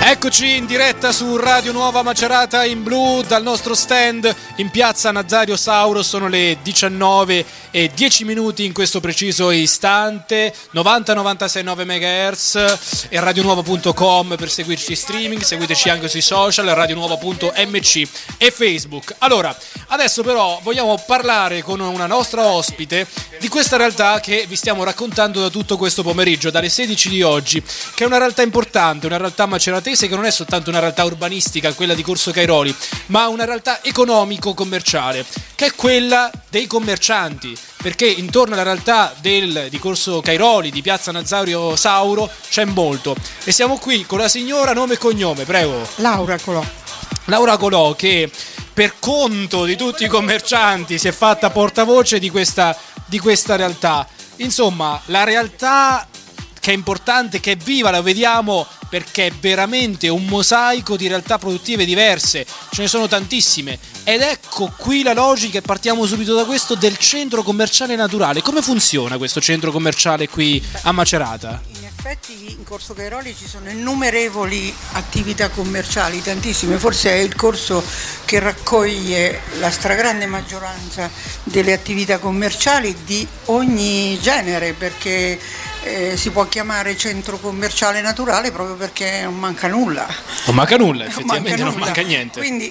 Eccoci in diretta su Radio Nuova Macerata in blu dal nostro stand in piazza Nazario Sauro. Sono le 19:10 in questo preciso istante. 90-96-9 MHz e radionuova.com per seguirci in streaming. Seguiteci anche sui social, radionuova.mc e Facebook. Allora, adesso però vogliamo parlare con una nostra ospite di questa realtà che vi stiamo raccontando da tutto questo pomeriggio, dalle 16 di oggi, che è una realtà importante, una realtà maceratese che non è soltanto una realtà urbanistica, quella di Corso Cairoli, ma una realtà economico-commerciale, che è quella dei commercianti, perché intorno alla realtà di Corso Cairoli, di piazza Nazario Sauro, c'è molto. E siamo qui con la signora, nome e cognome, prego. Laura Colò. Laura Colò, che per conto di tutti i commercianti si è fatta portavoce di questa realtà. Insomma, la realtà che è importante, che è viva, la vediamo perché è veramente un mosaico di realtà produttive diverse, ce ne sono tantissime, ed ecco qui la logica, e partiamo subito da questo, del centro commerciale naturale. Come funziona questo centro commerciale qui a Macerata? In effetti in Corso Cairoli ci sono innumerevoli attività commerciali, tantissime, forse è il corso che raccoglie la stragrande maggioranza delle attività commerciali di ogni genere, perché si può chiamare centro commerciale naturale proprio perché non manca nulla. Non manca nulla, effettivamente non manca niente. Quindi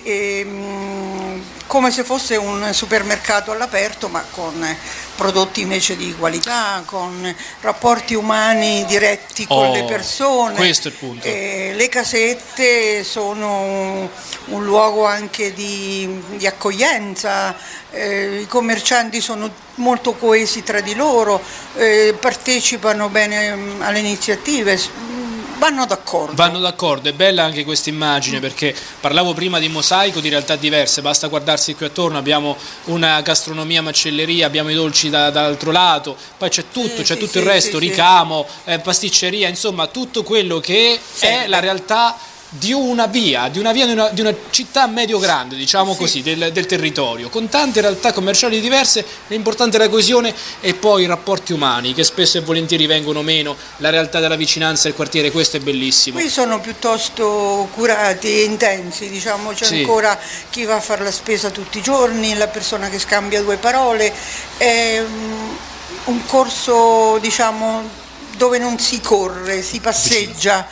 come se fosse un supermercato all'aperto, ma con prodotti invece di qualità, con rapporti umani diretti con le persone. Questo è il punto. Le casette sono un luogo anche di accoglienza, i commercianti sono molto coesi tra di loro, partecipano bene alle iniziative, vanno d'accordo. È bella anche questa immagine, perché parlavo prima di mosaico, di realtà diverse, basta guardarsi qui attorno, abbiamo una gastronomia, macelleria, abbiamo i dolci dall'altro lato, poi c'è tutto, il resto, ricamo, pasticceria, insomma tutto quello che è la realtà di una via, di una città medio-grande, diciamo così, del territorio, con tante realtà commerciali diverse. L'importante è la coesione e poi i rapporti umani, che spesso e volentieri vengono meno, la realtà della vicinanza del quartiere. Questo è bellissimo. Qui sono piuttosto curati e intensi, diciamo, c'è ancora chi va a fare la spesa tutti i giorni, la persona che scambia due parole, è un corso, diciamo, dove non si corre, si passeggia.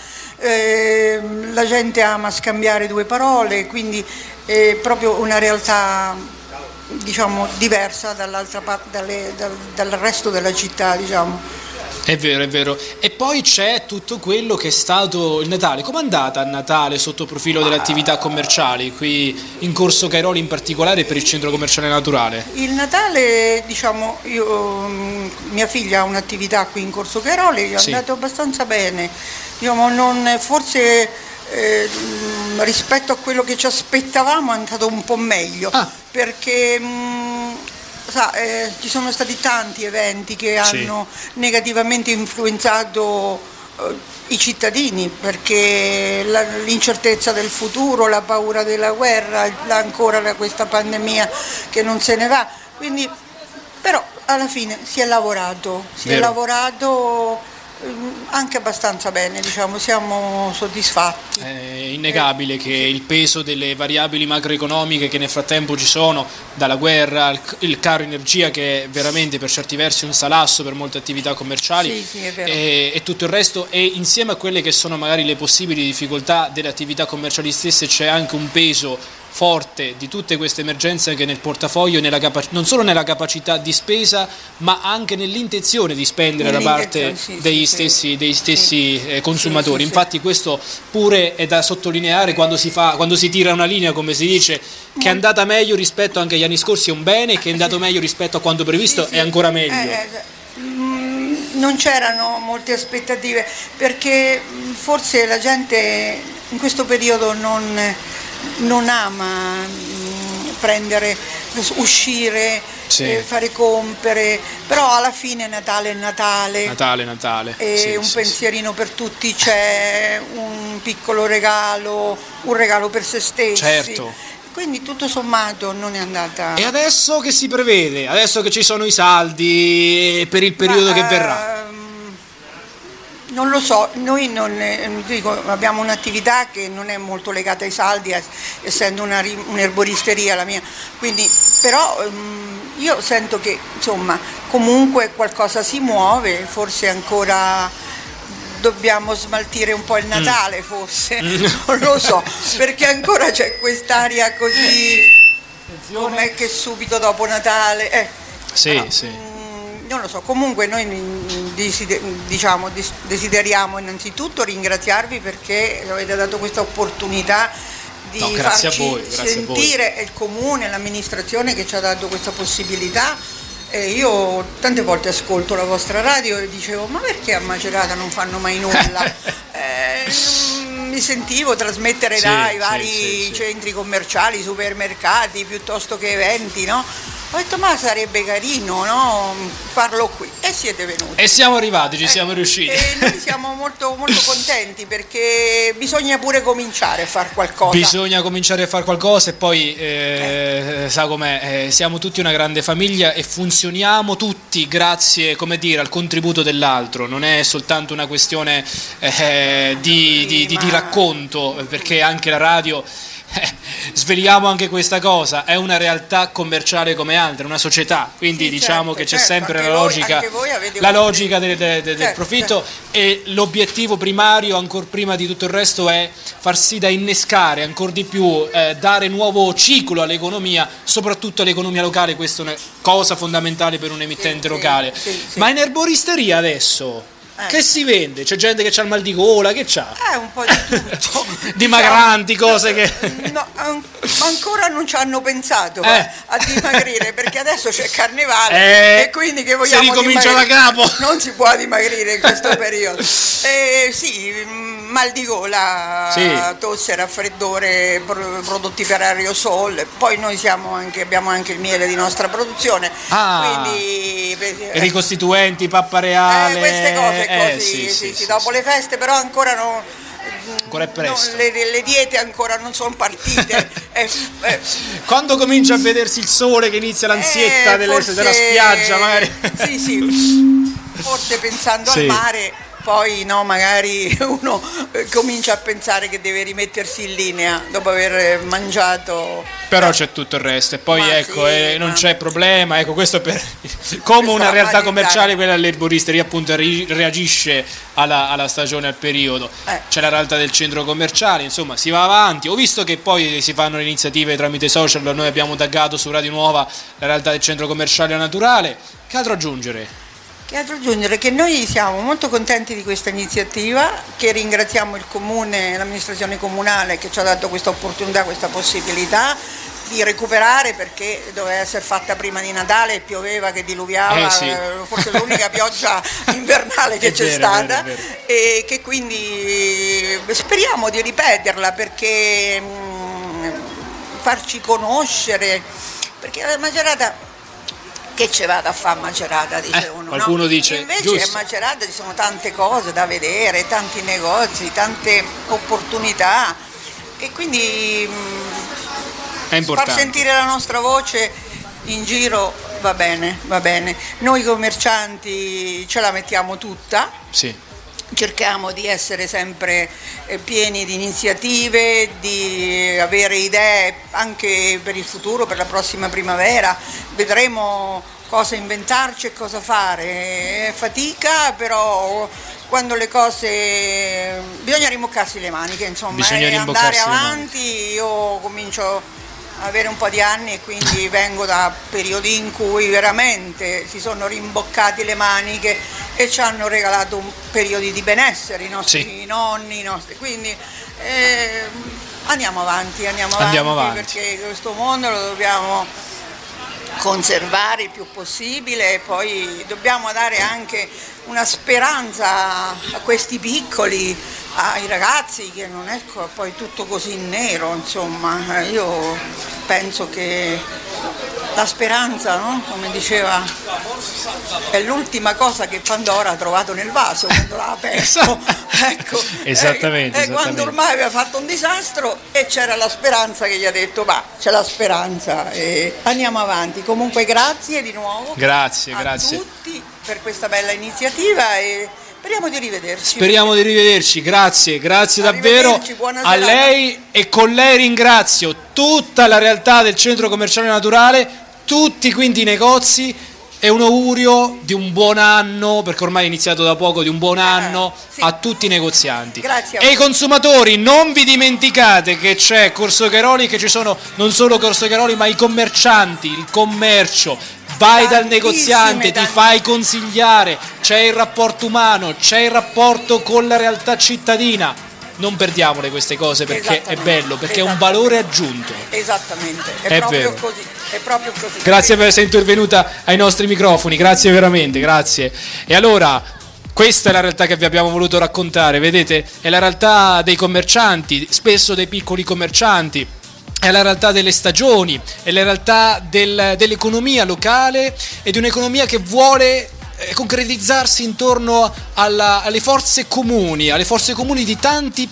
La gente ama scambiare due parole, quindi è proprio una realtà, diciamo, diversa dall'altra parte, dal resto della città, diciamo. È vero. E poi c'è tutto quello che è stato il Natale. Com'è andata a Natale sotto il profilo delle attività commerciali qui in Corso Cairoli, in particolare per il centro commerciale naturale? Il Natale, diciamo, mia figlia ha un'attività qui in Corso Cairoli, è andato abbastanza bene, diciamo, forse rispetto a quello che ci aspettavamo è andato un po' meglio, perché ci sono stati tanti eventi che hanno negativamente influenzato i cittadini, perché l'incertezza del futuro, la paura della guerra, ancora questa pandemia che non se ne va, quindi però alla fine si è lavorato anche abbastanza bene, diciamo, siamo soddisfatti. È innegabile che il peso delle variabili macroeconomiche che nel frattempo ci sono, dalla guerra, il caro energia, che è veramente per certi versi un salasso per molte attività commerciali, è vero. E tutto il resto, e insieme a quelle che sono magari le possibili difficoltà delle attività commerciali stesse, c'è anche un peso forte di tutte queste emergenze anche nel portafoglio, non solo nella capacità di spesa, ma anche nell'intenzione di spendere da parte degli stessi consumatori. Infatti questo pure è da sottolineare quando si tira una linea, come si dice, che è andata meglio rispetto anche agli anni scorsi è un bene, che è andato meglio rispetto a quanto previsto è ancora meglio. Non c'erano molte aspettative, perché forse la gente in questo periodo non ama uscire, fare compere, però alla fine Natale è Natale. E un pensierino per tutti c'è, un piccolo regalo, un regalo per se stessi. Certo. Quindi tutto sommato non è andata. E adesso che si prevede? Adesso che ci sono i saldi per il periodo che verrà? Non lo so, noi abbiamo un'attività che non è molto legata ai saldi, essendo un'erboristeria la mia, quindi, però io sento che insomma comunque qualcosa si muove, forse ancora dobbiamo smaltire un po' il Natale, forse, non lo so, perché ancora c'è quest'aria così, com'è che subito dopo Natale, sì. Non lo so, comunque noi desideriamo innanzitutto ringraziarvi perché avete dato questa opportunità di farci sentire il comune, l'amministrazione che ci ha dato questa possibilità. Io tante volte ascolto la vostra radio e dicevo: ma perché a Macerata non fanno mai nulla? Mi sentivo trasmettere dai vari centri commerciali, supermercati, piuttosto che eventi, no? Ho detto: ma sarebbe carino, no? Farlo qui, e siete venuti. E siamo arrivati, ci siamo riusciti. E noi siamo molto, molto contenti, perché bisogna pure cominciare a fare qualcosa. Bisogna cominciare a fare qualcosa, e poi sa com'è, siamo tutti una grande famiglia e funzioniamo tutti grazie, come dire, al contributo dell'altro. Non è soltanto una questione di racconto, perché anche la radio, sveliamo anche questa cosa, è una realtà commerciale come altre, una società, quindi diciamo che c'è sempre la logica del profitto, e l'obiettivo primario, ancora prima di tutto il resto, è far sì da innescare ancora di più, dare nuovo ciclo all'economia, soprattutto all'economia locale. Questa è una cosa fondamentale per un emittente locale. Ma in erboristeria adesso che si vende? C'è gente che c'ha il mal di gola, che c'ha? Un po' di tutto. Dimagranti, cose che... No, ancora non ci hanno pensato a dimagrire, perché adesso c'è Carnevale e quindi che vogliamo si ricomincia da capo. Non si può dimagrire in questo periodo. Mal di gola, tosse, raffreddore, prodotti per aerosol. Poi noi abbiamo anche il miele di nostra produzione, quindi ricostituenti, pappa reale, queste cose così, dopo le feste, però ancora no. Ancora è presto. Le diete ancora non sono partite. Quando comincia a vedersi il sole, che inizia l'ansietta della spiaggia, magari. Forse pensando al mare, poi no, magari uno comincia a pensare che deve rimettersi in linea dopo aver mangiato. Però c'è tutto il resto, e poi non c'è problema, questo come una realtà commerciale, quella dell'erboristeria appunto reagisce alla stagione, al periodo. C'è la realtà del centro commerciale, insomma si va avanti. Ho visto che poi si fanno le iniziative tramite social, noi abbiamo taggato su Radio Nuova la realtà del centro commerciale naturale. Che altro aggiungere? Che noi siamo molto contenti di questa iniziativa, che ringraziamo il comune, l'amministrazione comunale che ci ha dato questa opportunità, questa possibilità di recuperare, perché doveva essere fatta prima di Natale, pioveva che diluviava, forse l'unica pioggia invernale che c'è stata, e che quindi speriamo di ripeterla, perché farci conoscere, perché la Macerata, che ci vada a fare Macerata, dice uno, qualcuno dice, invece giusto. A Macerata ci sono tante cose da vedere, tanti negozi, tante opportunità, e quindi è importante far sentire la nostra voce in giro va bene. Noi commercianti ce la mettiamo tutta. Cerchiamo di essere sempre pieni di iniziative, di avere idee anche per il futuro, per la prossima primavera. Vedremo cosa inventarci e cosa fare. È fatica, però quando le cose... bisogna rimboccarsi le maniche, insomma, andare avanti. Io comincio avere un po' di anni e quindi vengo da periodi in cui veramente si sono rimboccati le maniche e ci hanno regalato periodi di benessere, i nostri nonni, quindi andiamo avanti, perché questo mondo lo dobbiamo conservare il più possibile, e poi dobbiamo dare anche una speranza a questi piccoli, ai ragazzi, che non è poi tutto così nero, insomma. Io penso che la speranza, no? Come diceva, è l'ultima cosa che Pandora ha trovato nel vaso quando l'ha aperto. Ecco, esattamente. Quando ormai aveva fatto un disastro e c'era la speranza che gli ha detto: va, c'è la speranza e andiamo avanti. Comunque grazie di nuovo. Grazie. Tutti per questa bella iniziativa, e Speriamo di rivederci, grazie davvero a lei, e con lei ringrazio tutta la realtà del centro commerciale naturale, tutti quindi i negozi, e un augurio di un buon anno, perché ormai è iniziato da poco, di un buon anno a tutti i negozianti. Grazie. E i consumatori, non vi dimenticate che c'è Corso Cairoli, che ci sono non solo Corso Cairoli ma i commercianti, il commercio. Vai dal negoziante, ti fai consigliare, c'è il rapporto umano, c'è il rapporto con la realtà cittadina. Non perdiamole queste cose, perché è bello, perché è un valore aggiunto. Esattamente, è proprio così. Grazie per essere intervenuta ai nostri microfoni, grazie veramente, grazie. E allora, questa è la realtà che vi abbiamo voluto raccontare, vedete? È la realtà dei commercianti, spesso dei piccoli commercianti. È la realtà delle stagioni, è la realtà dell'economia locale e di un'economia che vuole concretizzarsi intorno alle forze comuni di tante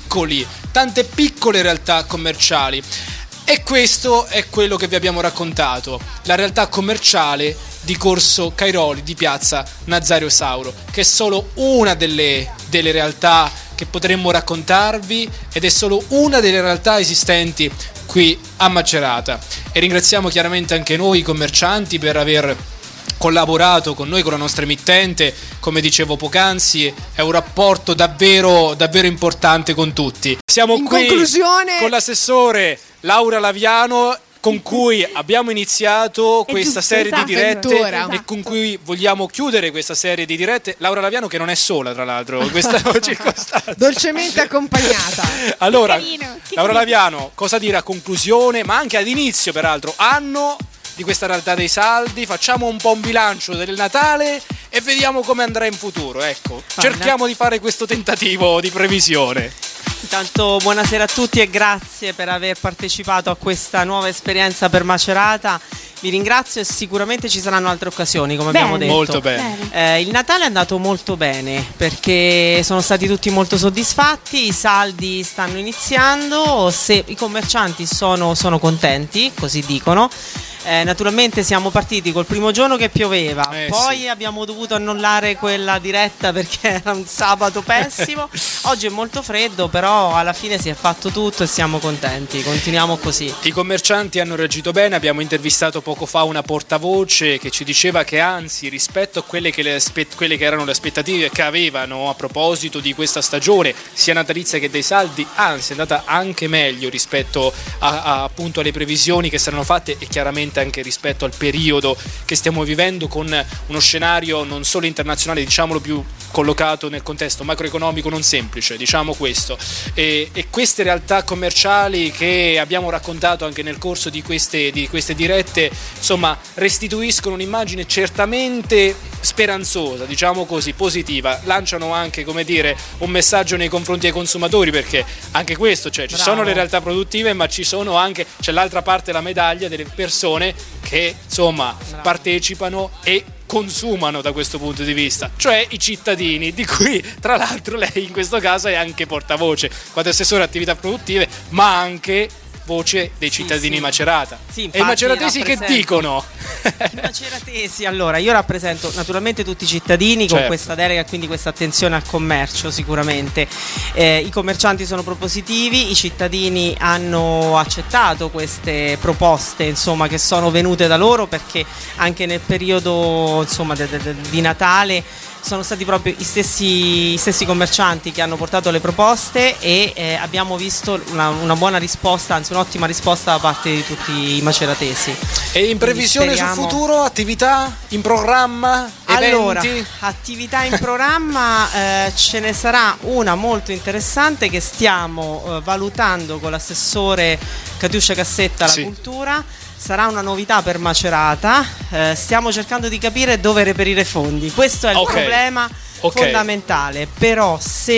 piccole realtà commerciali. E questo è quello che vi abbiamo raccontato, la realtà commerciale di Corso Cairoli, di piazza Nazario Sauro, che è solo una delle realtà che potremmo raccontarvi, ed è solo una delle realtà esistenti qui a Macerata. E ringraziamo chiaramente anche noi i commercianti per aver collaborato con noi, con la nostra emittente. Come dicevo poc'anzi, è un rapporto davvero importante con tutti. Siamo in qui conclusione con l'assessore Laura Laviano, con cui abbiamo iniziato questa serie di dirette e con cui vogliamo chiudere questa serie di dirette. Laura Laviano, che non è sola tra l'altro in questa circostanza, dolcemente accompagnata. Allora, Laura Laviano, cosa dire a conclusione, ma anche ad inizio peraltro anno di questa realtà dei saldi? Facciamo un po' un bilancio del Natale e vediamo come andrà in futuro, ecco. Cerchiamo di fare questo tentativo di previsione. Intanto buonasera a tutti e grazie per aver partecipato a questa nuova esperienza per Macerata. Vi ringrazio e sicuramente ci saranno altre occasioni, come abbiamo detto. Molto bene. Il Natale è andato molto bene perché sono stati tutti molto soddisfatti, i saldi stanno iniziando, i commercianti sono contenti, così dicono. Naturalmente siamo partiti col primo giorno che pioveva, poi abbiamo dovuto annullare quella diretta perché era un sabato pessimo. Oggi è molto freddo, però alla fine si è fatto tutto e siamo contenti, continuiamo così. I commercianti hanno reagito bene, abbiamo intervistato poco fa una portavoce che ci diceva che anzi, rispetto a quelle che erano le aspettative che avevano a proposito di questa stagione sia natalizia che dei saldi, anzi è andata anche meglio rispetto appunto alle previsioni che saranno fatte, e chiaramente anche rispetto al periodo che stiamo vivendo, con uno scenario non solo internazionale, diciamolo, più collocato nel contesto macroeconomico non semplice, diciamo questo, e queste realtà commerciali che abbiamo raccontato anche nel corso di queste dirette, insomma, restituiscono un'immagine certamente speranzosa, diciamo così, positiva, lanciano anche, come dire, un messaggio nei confronti dei consumatori, perché anche questo, cioè ci sono le realtà produttive, ma c'è l'altra parte della medaglia delle persone che insomma partecipano e consumano da questo punto di vista, cioè i cittadini, di cui tra l'altro lei in questo caso è anche portavoce, quando assessore attività produttive, ma anche voce dei cittadini Macerata. Sì, e i maceratesi che dicono? I maceratesi, allora, io rappresento naturalmente tutti i cittadini con questa delega, quindi questa attenzione al commercio sicuramente. I commercianti sono propositivi, i cittadini hanno accettato queste proposte, insomma, che sono venute da loro, perché anche nel periodo, insomma, di Natale sono stati proprio i stessi commercianti che hanno portato le proposte, e abbiamo visto una buona risposta, anzi un'ottima risposta da parte di tutti i maceratesi. E in previsione sul futuro, attività in programma, eventi? Allora, attività in programma ce ne sarà una molto interessante che stiamo valutando con l'assessore Catiuscia Cassetta alla cultura. Sarà una novità per Macerata, stiamo cercando di capire dove reperire fondi, questo è il problema fondamentale, però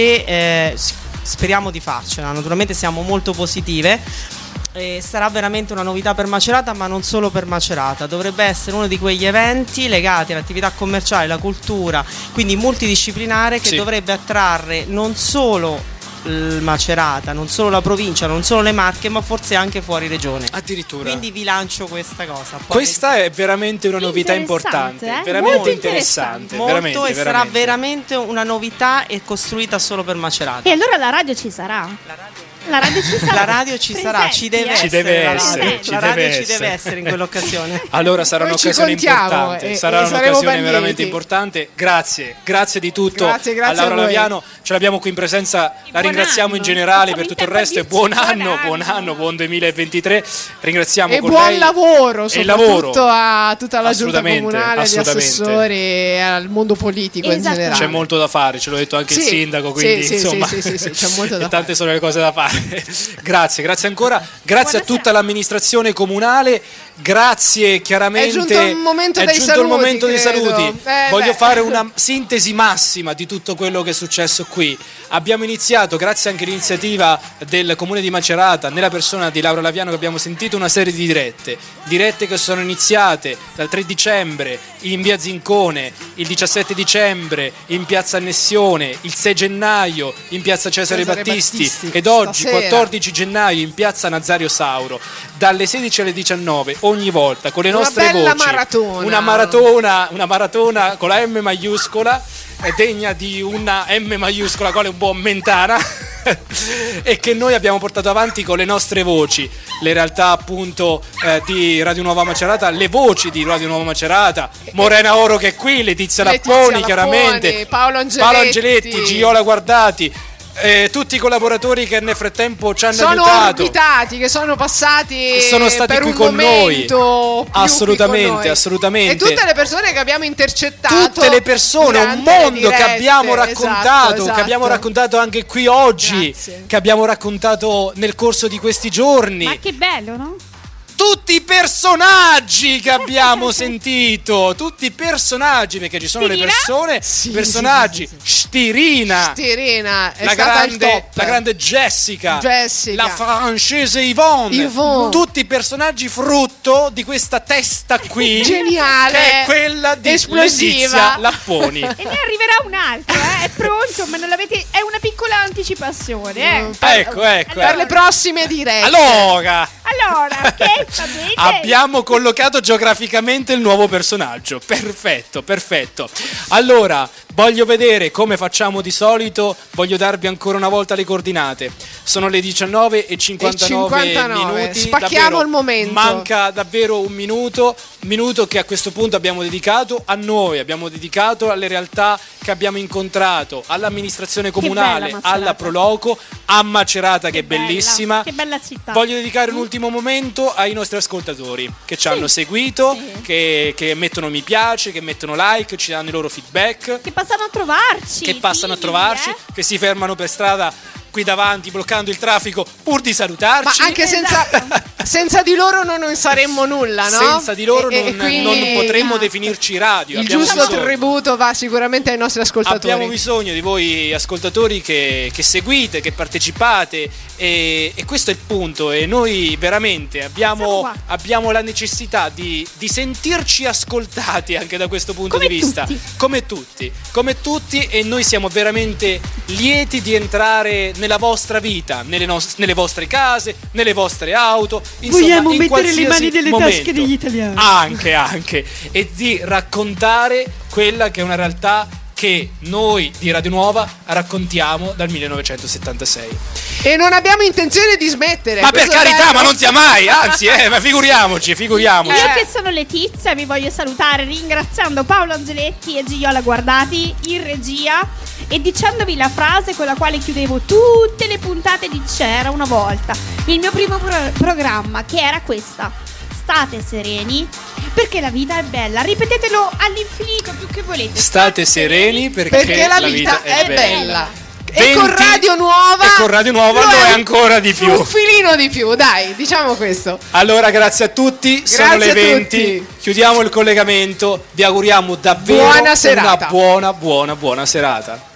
se speriamo di farcela, naturalmente siamo molto positive, sarà veramente una novità per Macerata, ma non solo per Macerata, dovrebbe essere uno di quegli eventi legati all'attività commerciale, alla cultura, quindi multidisciplinare, che dovrebbe attrarre non solo il Macerata, non solo la provincia, non solo le Marche, ma forse anche fuori regione. Addirittura. Quindi vi lancio questa cosa. Questa è veramente una novità importante, veramente molto interessante. Molto, veramente, e sarà veramente una novità e costruita solo per Macerata. E allora la radio ci sarà? La radio ci sarà. La radio ci sarà, ci deve essere. Ci La deve radio essere. ci deve essere in quell'occasione. Allora sarà Noi ci un'occasione contiamo importante. Sarà e saremo un'occasione banditi. veramente importante. Grazie di tutto Grazie a Laura a voi. Laviano. Ce l'abbiamo qui in presenza. La Buon ringraziamo anno. in generale per Facciamo tutto il in resto e tempo buon di anno, buon 2023. Ringraziamo E con buon lei. lavoro, E lavoro. soprattutto a tutta la giunta Assolutamente, comunale, agli assolutamente. assessori e al mondo politico in Esatto. generale. C'è molto da fare, ce l'ho detto anche il Sì, sindaco, quindi sì, insomma sì, c'è molto da e tante fare. sono le cose da fare. Grazie ancora, grazie a tutta l'amministrazione comunale, grazie chiaramente. È giunto il momento dei il saluti, momento dei credo. saluti. Voglio fare una sintesi massima di tutto quello che è successo qui. Abbiamo iniziato, grazie anche all'iniziativa del Comune di Macerata, nella persona di Laura Laviano, che abbiamo sentito una serie di dirette che sono iniziate dal 3 dicembre in via Zincone, il 17 dicembre in piazza Annessione, il 6 gennaio in piazza Cesare Battisti ed oggi stasera. 14 gennaio in piazza Nazario Sauro, dalle 16 alle 19 ogni volta con le nostre bella voci. maratona. Una maratona con la M maiuscola, è degna di una M maiuscola quale un buon Mentana e che noi abbiamo portato avanti con le nostre voci, le realtà appunto di Radio Nuova Macerata, le voci di Radio Nuova Macerata, Morena Oro che è qui, Letizia Lapponi chiaramente, Paolo Angeletti, Giola Guardati, tutti i collaboratori che nel frattempo ci hanno sono aiutato, orbitati, che sono passati, sono stati per qui un con noi. momento più Assolutamente, qui con noi. assolutamente. E tutte le persone che abbiamo intercettato, tutte le persone, un durante le mondo che dirette. abbiamo raccontato, Esatto. che abbiamo raccontato anche qui oggi, Grazie. che abbiamo raccontato nel corso di questi giorni. Ma che bello, no? Tutti i personaggi che abbiamo sentito, tutti i personaggi, perché ci sono le persone, Sì, personaggi, sì. Stirina, Stirina è la stata il top. grande Jessica, Jessica. la francese Yvonne, tutti i personaggi frutto di questa testa qui, Geniale, che è quella di esplosiva. Letizia Lapponi. E ne arriverà un altro, è pronto, ma non l'avete. È una piccola anticipazione, Ecco. Per le prossime dirette. Allora, che sapete? abbiamo collocato geograficamente il nuovo personaggio. Perfetto. Allora, voglio vedere come facciamo di solito. Voglio darvi ancora una volta le coordinate. Sono le 19:59 minuti. Spacchiamo Davvero, il momento. Manca davvero un minuto che a questo punto abbiamo dedicato a noi, abbiamo dedicato alle realtà che abbiamo incontrato, all'amministrazione comunale, bella alla Proloco, a Macerata che è bellissima. Che bella città. Voglio dedicare un ultimo momento ai nostri ascoltatori che ci hanno seguito, che mettono mi piace, che mettono like, ci danno i loro feedback, Che passano a trovarci. che si fermano per strada qui davanti bloccando il traffico pur di salutarci. Ma anche senza di loro non saremmo nulla, no? Senza di loro quindi non potremmo definirci radio. il Abbiamo giusto bisogno. tributo va sicuramente ai nostri ascoltatori. Abbiamo bisogno di voi ascoltatori che seguite, che partecipate e questo è il punto e noi veramente abbiamo la necessità di sentirci ascoltati anche da questo punto di vista. Come tutti e noi siamo veramente lieti di entrare nella vostra vita, nelle vostre case, nelle vostre auto, insomma, Vogliamo in mettere le qualsiasi mani nelle momento. tasche degli italiani. Anche e di raccontare quella che è una realtà che noi di Radio Nuova raccontiamo dal 1976. E non abbiamo intenzione di smettere. Ma per questo è carità, bello. ma non sia mai, anzi, ma figuriamoci. Io che sono Letizia vi voglio salutare ringraziando Paolo Angeletti e Giola Guardati in regia e dicendovi la frase con la quale chiudevo tutte le puntate di C'era una volta, il mio primo programma, che era questa: state sereni perché la vita è bella. Ripetetelo all'infinito più che volete. State sereni perché la vita è bella. 20, e con Radio Nuova lo è ancora di più. Un filino di più, dai, diciamo questo. Allora, grazie a tutti, sono le 20. Chiudiamo il collegamento. Vi auguriamo davvero buona serata. una buona serata.